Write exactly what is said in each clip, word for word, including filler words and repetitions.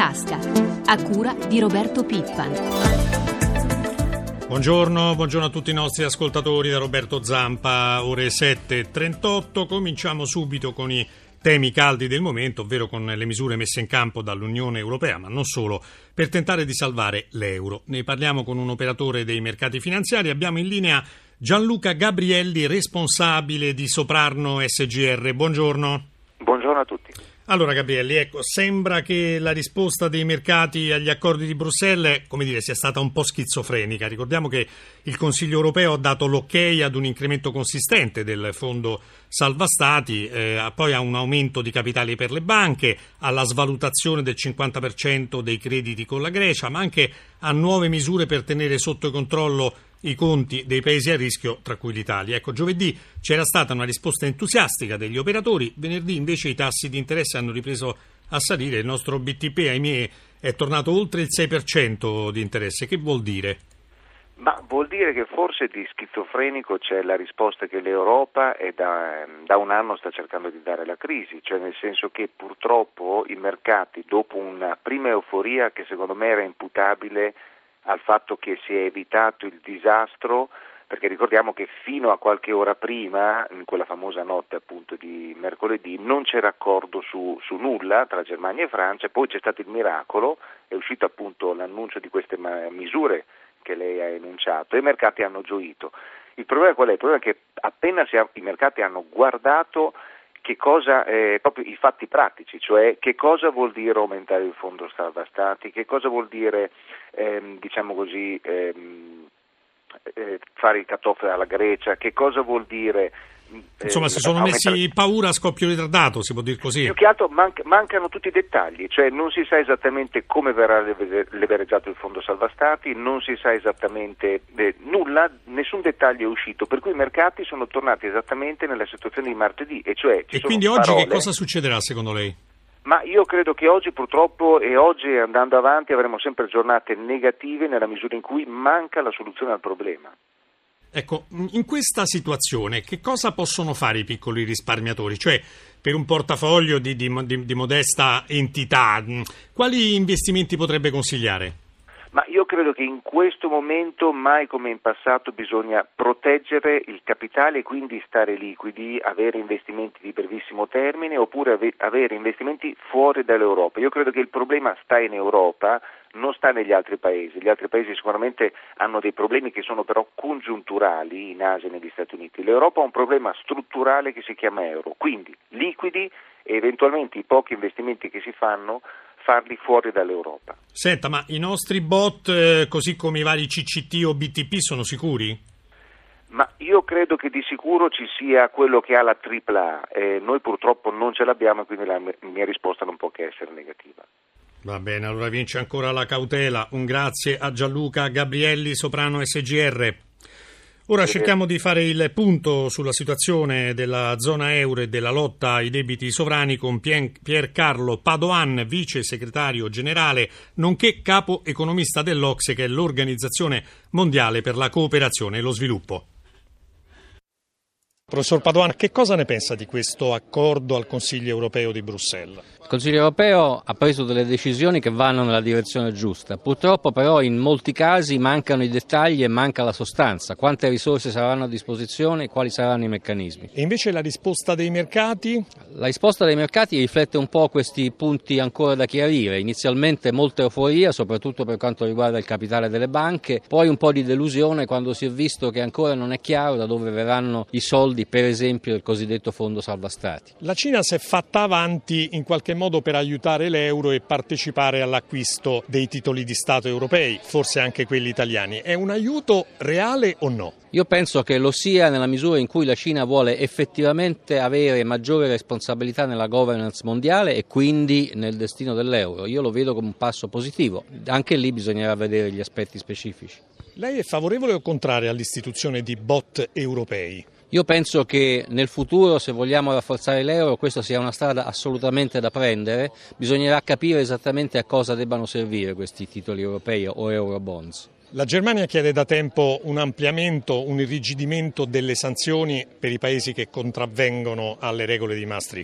tasca, a cura di Roberto Pippan. Buongiorno, buongiorno a tutti i nostri ascoltatori da Roberto Zampa, ore sette e trentotto. Cominciamo subito con i temi caldi del momento, ovvero con le misure messe in campo dall'Unione Europea, ma non solo, per tentare di salvare l'euro. Ne parliamo con un operatore dei mercati finanziari. Abbiamo in linea Gianluca Gabrielli, responsabile di Soprano S G R. Buongiorno. Buongiorno a tutti. Allora Gabrielli, ecco, sembra che la risposta dei mercati agli accordi di Bruxelles, come dire, sia stata un po' schizofrenica. Ricordiamo che il Consiglio europeo ha dato l'ok ad un incremento consistente del fondo salva stati, eh, poi a un aumento di capitali per le banche, alla svalutazione del cinquanta per cento dei crediti con la Grecia, ma anche a nuove misure per tenere sotto controllo i conti dei paesi a rischio, tra cui l'Italia. Ecco, giovedì c'era stata una risposta entusiastica degli operatori, venerdì invece i tassi di interesse hanno ripreso a salire, il nostro B T P, ahimè, è tornato oltre il sei per cento di interesse. Che vuol dire? Ma vuol dire che forse di schizofrenico c'è la risposta che l'Europa è da, da un anno sta cercando di dare alla crisi, cioè nel senso che purtroppo i mercati, dopo una prima euforia che secondo me era imputabile al fatto che si è evitato il disastro, perché ricordiamo che fino a qualche ora prima, in quella famosa notte appunto di mercoledì, non c'era accordo su, su nulla tra Germania e Francia, poi c'è stato il miracolo, è uscito appunto l'annuncio di queste misure che lei ha enunciato e i mercati hanno gioito. Il problema qual è? Il problema è che appena si ha, i mercati hanno guardato che cosa, eh, proprio i fatti pratici, cioè che cosa vuol dire aumentare il fondo salva stati, che cosa vuol dire, ehm, diciamo così, ehm, eh, fare il cut-off alla Grecia, che cosa vuol dire... Eh, Insomma, si sono aumentare... messi paura a scoppio ritardato, si può dire così. Più che altro manc- mancano tutti i dettagli, cioè non si sa esattamente come verrà lever- levereggiato il fondo salva stati, non si sa esattamente eh, nulla, nessun dettaglio è uscito, per cui i mercati sono tornati esattamente nella situazione di martedì, e cioè ci E sono quindi oggi parole... che cosa succederà secondo lei? Ma io credo che oggi purtroppo e oggi andando avanti avremo sempre giornate negative nella misura in cui manca la soluzione al problema. Ecco, in questa situazione che cosa possono fare i piccoli risparmiatori? Cioè, per un portafoglio di, di, di, di modesta entità, quali investimenti potrebbe consigliare? Ma io credo che in questo momento, mai come in passato, bisogna proteggere il capitale e quindi stare liquidi, avere investimenti di brevissimo termine oppure ave- avere investimenti fuori dall'Europa. Io credo che il problema sta in Europa, non sta negli altri paesi. Gli altri paesi sicuramente hanno dei problemi che sono però congiunturali in Asia e negli Stati Uniti. L'Europa ha un problema strutturale che si chiama euro, quindi liquidi e eventualmente i pochi investimenti che si fanno farli fuori dall'Europa. Senta, ma i nostri bot, eh, così come i vari C C T o B T P, sono sicuri? Ma io credo che di sicuro ci sia quello che ha la tripla A, eh, noi purtroppo non ce l'abbiamo e quindi la mia risposta non può che essere negativa. Va bene, allora vince ancora la cautela. Un grazie a Gianluca Gabrielli, Soprano S G R. Ora cerchiamo di fare il punto sulla situazione della zona euro e della lotta ai debiti sovrani con Piercarlo Padoan, vice segretario generale, nonché capo economista dell'O C S E, che è l'Organizzazione Mondiale per la Cooperazione e lo Sviluppo. Professor Padoan, che cosa ne pensa di questo accordo al Consiglio europeo di Bruxelles? Il Consiglio europeo ha preso delle decisioni che vanno nella direzione giusta, purtroppo però in molti casi mancano i dettagli e manca la sostanza, quante risorse saranno a disposizione e quali saranno i meccanismi. E invece la risposta dei mercati? La risposta dei mercati riflette un po' questi punti ancora da chiarire, inizialmente molta euforia soprattutto per quanto riguarda il capitale delle banche, poi un po' di delusione quando si è visto che ancora non è chiaro da dove verranno i soldi, per esempio il cosiddetto fondo salva stati. La Cina si è fatta avanti in qualche modo per aiutare l'euro e partecipare all'acquisto dei titoli di Stato europei, forse anche quelli italiani. È un aiuto reale o no? Io penso che lo sia nella misura in cui la Cina vuole effettivamente avere maggiore responsabilità nella governance mondiale e quindi nel destino dell'euro. Io lo vedo come un passo positivo, anche lì bisognerà vedere gli aspetti specifici. Lei è favorevole o contrario all'istituzione di bot europei? Io penso che nel futuro, se vogliamo rafforzare l'euro, questa sia una strada assolutamente da prendere. Bisognerà capire esattamente a cosa debbano servire questi titoli europei o eurobonds. La Germania chiede da tempo un ampliamento, un irrigidimento delle sanzioni per i paesi che contravvengono alle regole di Maastricht.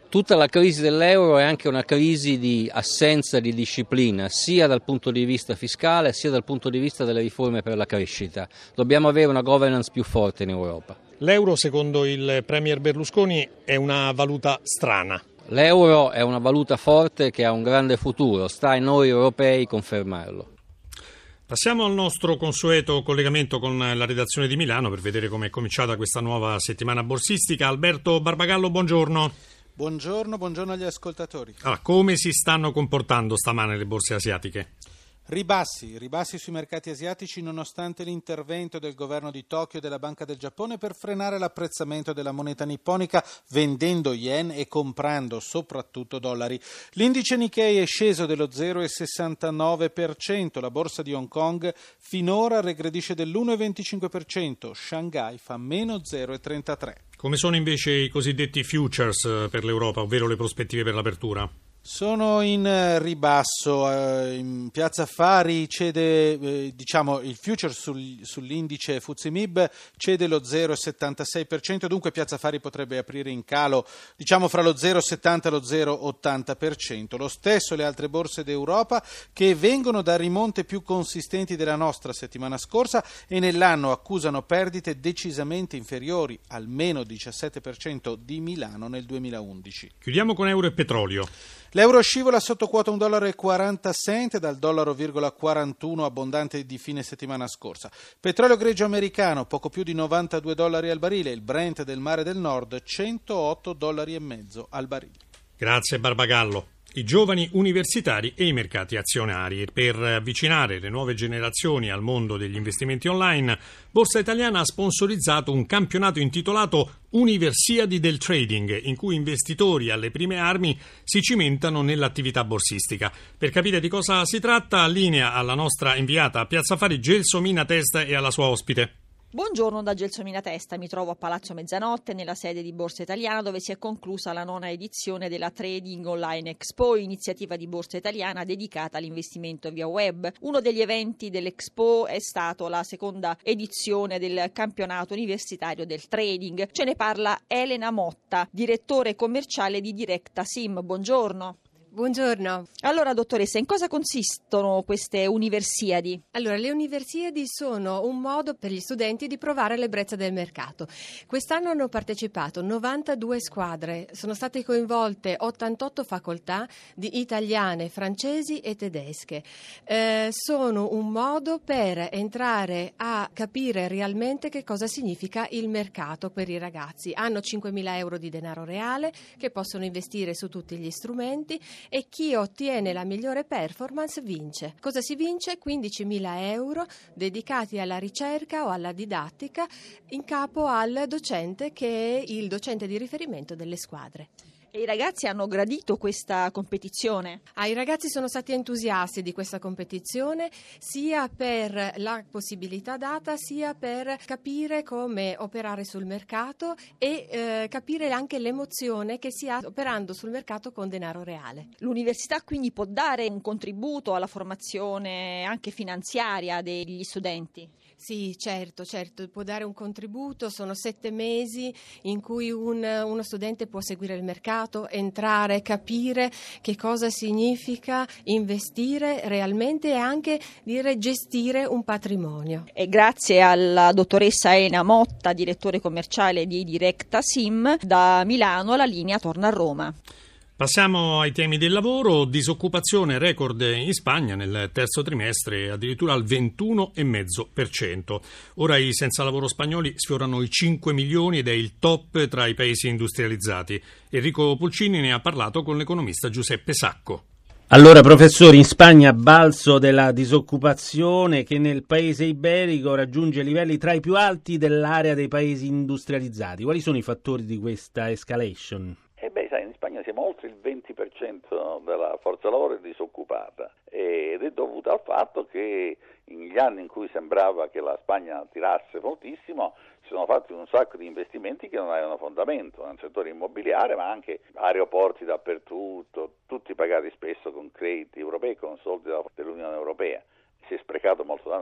Tutta la crisi dell'euro è anche una crisi di assenza di disciplina, sia dal punto di vista fiscale sia dal punto di vista delle riforme per la crescita. Dobbiamo avere una governance più forte in Europa. L'euro, secondo il premier Berlusconi, è una valuta strana. L'euro è una valuta forte che ha un grande futuro, sta a noi europei confermarlo. Passiamo al nostro consueto collegamento con la redazione di Milano per vedere come è cominciata questa nuova settimana borsistica. Alberto Barbagallo, buongiorno. Buongiorno, buongiorno agli ascoltatori. Allora, come si stanno comportando stamane le borse asiatiche? Ribassi, ribassi sui mercati asiatici nonostante l'intervento del governo di Tokyo e della Banca del Giappone per frenare l'apprezzamento della moneta nipponica vendendo yen e comprando soprattutto dollari. L'indice Nikkei è sceso dello zero virgola sessantanove per cento, la borsa di Hong Kong finora regredisce dell'uno virgola venticinque per cento, Shanghai fa meno zero virgola trentatré per cento. Come sono invece i cosiddetti futures per l'Europa, ovvero le prospettive per l'apertura? Sono in ribasso, in Piazza Affari cede, diciamo, il future sul, sull'indice F T S E M I B cede lo zero virgola settantasei per cento, dunque Piazza Affari potrebbe aprire in calo, diciamo, fra lo zero virgola settanta e lo zero virgola ottanta per cento. Lo stesso le altre borse d'Europa che vengono da rimonte più consistenti della nostra settimana scorsa e nell'anno accusano perdite decisamente inferiori al meno diciassette per cento di Milano nel duemilaundici. Chiudiamo con euro e petrolio. L'euro scivola sotto quota un dollaro e quaranta cent dal dollaro virgola quarantuno abbondante di fine settimana scorsa. Petrolio greggio americano poco più di novantadue dollari al barile, il Brent del Mare del Nord centootto dollari e mezzo al barile. Grazie Barbagallo. I giovani universitari e i mercati azionari. Per avvicinare le nuove generazioni al mondo degli investimenti online, Borsa Italiana ha sponsorizzato un campionato intitolato Universiadi del Trading, in cui investitori alle prime armi si cimentano nell'attività borsistica. Per capire di cosa si tratta, linea alla nostra inviata a Piazza Affari Gelsomina Testa e alla sua ospite. Buongiorno da Gelsomina Testa, mi trovo a Palazzo Mezzanotte nella sede di Borsa Italiana dove si è conclusa la nona edizione della Trading Online Expo, iniziativa di Borsa Italiana dedicata all'investimento via web. Uno degli eventi dell'Expo è stato la seconda edizione del campionato universitario del trading. Ce ne parla Elena Motta, direttore commerciale di Directa Sim. Buongiorno. Buongiorno. Allora, dottoressa, in cosa consistono queste universiadi? Allora, le universiadi sono un modo per gli studenti di provare l'ebbrezza del mercato. Quest'anno hanno partecipato novantadue squadre, sono state coinvolte ottantotto facoltà di italiane, francesi e tedesche. Eh, sono un modo per entrare a capire realmente che cosa significa il mercato per i ragazzi. Hanno cinquemila euro di denaro reale che possono investire su tutti gli strumenti e chi ottiene la migliore performance vince. Cosa si vince? quindicimila euro dedicati alla ricerca o alla didattica in capo al docente che è il docente di riferimento delle squadre. E i ragazzi hanno gradito questa competizione? Ah, i ragazzi sono stati entusiasti di questa competizione sia per la possibilità data sia per capire come operare sul mercato e eh, capire anche l'emozione che si ha operando sul mercato con denaro reale. L'università quindi può dare un contributo alla formazione anche finanziaria degli studenti? Sì, certo, certo, può dare un contributo, sono sette mesi in cui un, uno studente può seguire il mercato, entrare, capire che cosa significa investire realmente e anche dire gestire un patrimonio. E grazie alla dottoressa Elena Motta, direttore commerciale di Directa Sim, da Milano la linea torna a Roma. Passiamo ai temi del lavoro. Disoccupazione record in Spagna nel terzo trimestre, addirittura al ventuno virgola cinque per cento. Ora i senza lavoro spagnoli sfiorano i cinque milioni ed è il top tra i paesi industrializzati. Enrico Pulcini ne ha parlato con l'economista Giuseppe Sacco. Allora, professore, in Spagna balzo della disoccupazione che nel paese iberico raggiunge livelli tra i più alti dell'area dei paesi industrializzati. Quali sono i fattori di questa escalation? Eh beh, sai, in Spagna siamo oltre il venti per cento della forza lavoro è disoccupata ed è dovuto al fatto che negli anni in cui sembrava che la Spagna tirasse moltissimo si sono fatti un sacco di investimenti che non avevano fondamento nel settore immobiliare, ma anche aeroporti dappertutto, tutti pagati spesso con crediti europei, con soldi dell'Unione Europea. Si è sprecato molto denaro.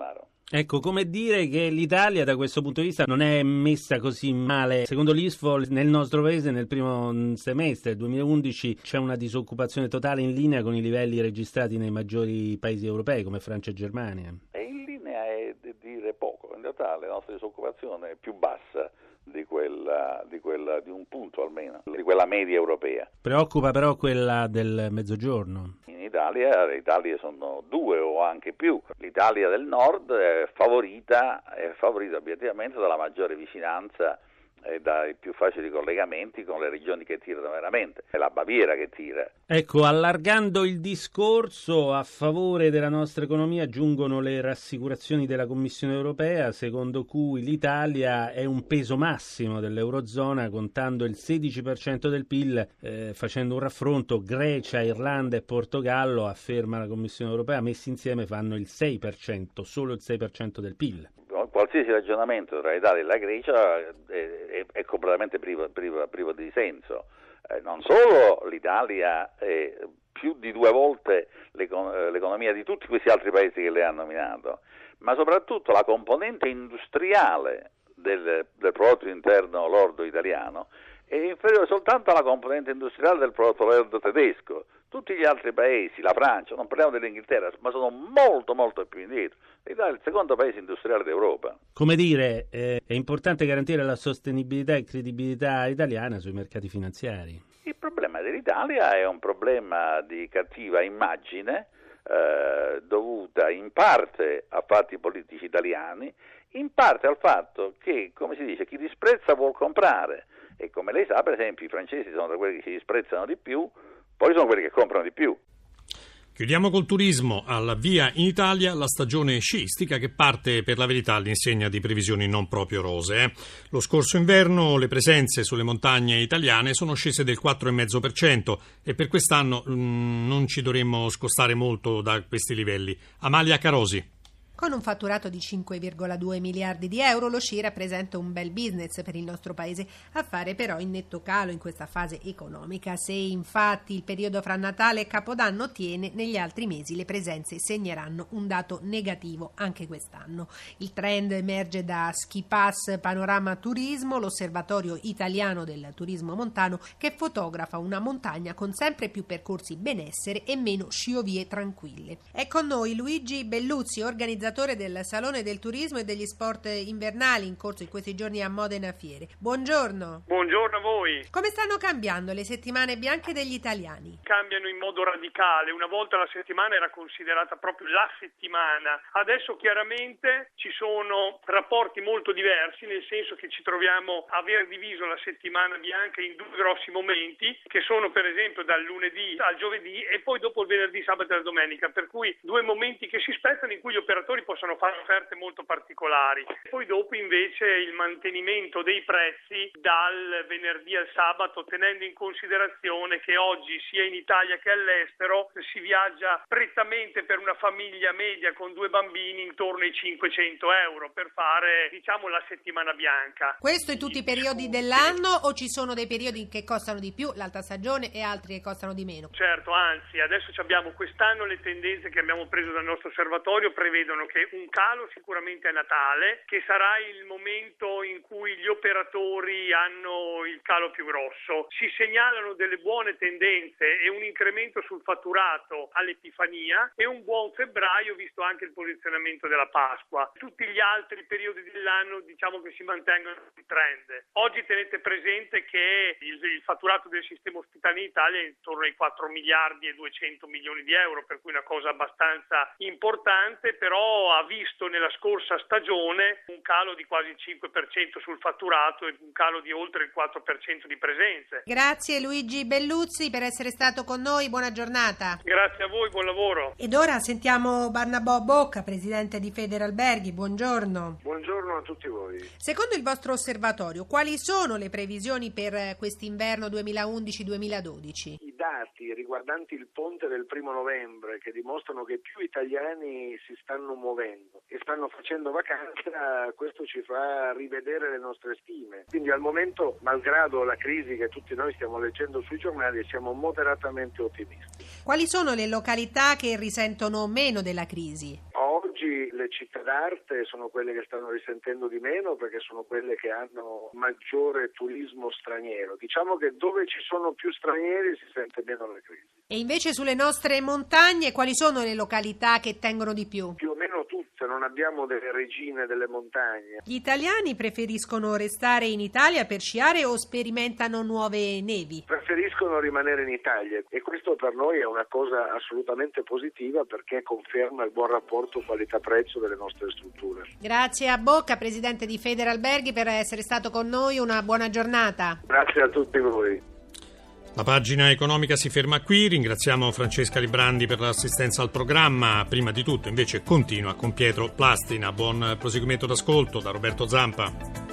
Ecco, come dire che l'Italia da questo punto di vista non è messa così male. Secondo l'Isfol nel nostro paese nel primo semestre duemilaundici c'è una disoccupazione totale in linea con i livelli registrati nei maggiori paesi europei come Francia e Germania. E in linea è dire poco, in realtà la nostra disoccupazione è più bassa di quella, di quella di un punto almeno, di quella media europea. Preoccupa però quella del Mezzogiorno. In Italia le Italie sono due o anche più. L'Italia del Nord è favorita, è favorita obiettivamente dalla maggiore vicinanza e dai più facili collegamenti con le regioni che tirano veramente. È la Baviera che tira. Ecco, allargando il discorso a favore della nostra economia, giungono le rassicurazioni della Commissione europea, secondo cui l'Italia è un peso massimo dell'Eurozona, contando il sedici per cento del P I L, eh, facendo un raffronto Grecia, Irlanda e Portogallo, afferma la Commissione europea, messi insieme fanno il sei per cento, solo il sei per cento del P I L. Qualsiasi ragionamento tra l'Italia e la Grecia è, è, è completamente privo, privo, privo di senso. Eh, non solo l'Italia è più di due volte l'econ- l'economia di tutti questi altri paesi che lei ha nominato, ma soprattutto la componente industriale del, del prodotto interno lordo italiano è inferiore soltanto alla componente industriale del prodotto lordo tedesco. Tutti gli altri paesi, la Francia, non parliamo dell'Inghilterra, ma sono molto molto più indietro. L'Italia è il secondo paese industriale d'Europa. Come dire, eh, è importante garantire la sostenibilità e credibilità italiana sui mercati finanziari. Il problema dell'Italia è un problema di cattiva immagine eh, dovuta in parte a fatti politici italiani, in parte al fatto che, come si dice, chi disprezza vuol comprare. E come lei sa, per esempio, i francesi sono tra quelli che si disprezzano di più, poi sono quelli che comprano di più. Chiudiamo col turismo. Al via in Italia la stagione sciistica che parte per la verità all'insegna di previsioni non proprio rosee. Lo scorso inverno le presenze sulle montagne italiane sono scese del quattro virgola cinque per cento e per quest'anno mh, non ci dovremmo scostare molto da questi livelli. Amalia Carosi. Con un fatturato di cinque virgola due miliardi di euro, lo sci rappresenta un bel business per il nostro paese, affare però in netto calo in questa fase economica. Se infatti il periodo fra Natale e Capodanno tiene, negli altri mesi le presenze segneranno un dato negativo anche quest'anno. Il trend emerge da Ski Pass Panorama Turismo, l'osservatorio italiano del turismo montano che fotografa una montagna con sempre più percorsi benessere e meno sciovie tranquille. È con noi Luigi Belluzzi, organizzatore del Salone del Turismo e degli Sport Invernali in corso in questi giorni a Modena Fiere. Buongiorno. Buongiorno a voi. Come stanno cambiando le settimane bianche degli italiani? Cambiano in modo radicale. Una volta la settimana era considerata proprio la settimana. Adesso chiaramente ci sono rapporti molto diversi, nel senso che ci troviamo a aver diviso la settimana bianca in due grossi momenti, che sono per esempio dal lunedì al giovedì e poi dopo il venerdì, sabato e la domenica, per cui due momenti che si spezzano in cui gli operatori possono fare offerte molto particolari. Poi dopo invece il mantenimento dei prezzi dal venerdì al sabato, tenendo in considerazione che oggi sia in Italia che all'estero si viaggia prettamente per una famiglia media con due bambini intorno ai cinquecento euro per fare, diciamo, la settimana bianca. Questo in tutti i periodi dell'anno o ci sono dei periodi che costano di più, l'alta stagione, e altri che costano di meno? Certo, anzi, adesso abbiamo quest'anno le tendenze che abbiamo preso dal nostro osservatorio prevedono che un calo sicuramente a Natale, che sarà il momento in cui gli operatori hanno il calo più grosso. Si segnalano delle buone tendenze e un incremento sul fatturato all'Epifania e un buon febbraio visto anche il posizionamento della Pasqua. Tutti gli altri periodi dell'anno diciamo che si mantengono il trend. Oggi tenete presente che il, il fatturato del sistema ospitale in Italia è intorno ai quattro miliardi e duecento milioni di euro, per cui una cosa abbastanza importante, però ha visto nella scorsa stagione un calo di quasi il cinque per cento sul fatturato e un calo di oltre il quattro per cento di presenze. Grazie Luigi Belluzzi per essere stato con noi, buona giornata. Grazie a voi, buon lavoro. Ed ora sentiamo Barnabò Bocca, presidente di Federalberghi, buongiorno. Buongiorno a tutti voi. Secondo il vostro osservatorio, quali sono le previsioni per quest'inverno duemilaundici duemiladodici? I dati riguardanti il ponte del primo novembre che dimostrano che più italiani si stanno muovendo e stanno facendo vacanza, questo ci fa rivedere le nostre stime. Quindi al momento, malgrado la crisi che tutti noi stiamo leggendo sui giornali, siamo moderatamente ottimisti. Quali sono le località che risentono meno della crisi? Oggi le le città d'arte sono quelle che stanno risentendo di meno perché sono quelle che hanno maggiore turismo straniero. Diciamo che dove ci sono più stranieri si sente meno la crisi. E invece sulle nostre montagne quali sono le località che tengono di più? Più o meno tutte, non abbiamo delle regine delle montagne. Gli italiani preferiscono restare in Italia per sciare o sperimentano nuove nevi? Preferiscono rimanere in Italia e questo per noi è una cosa assolutamente positiva perché conferma il buon rapporto qualità-prezzo delle nostre strutture. Grazie a Bocca, presidente di Federalberghi, per essere stato con noi. Una buona giornata. Grazie a tutti voi. La pagina economica si ferma qui, ringraziamo Francesca Librandi per l'assistenza al programma. Prima di tutto invece continua con Pietro Plastina. Buon proseguimento d'ascolto da Roberto Zampa.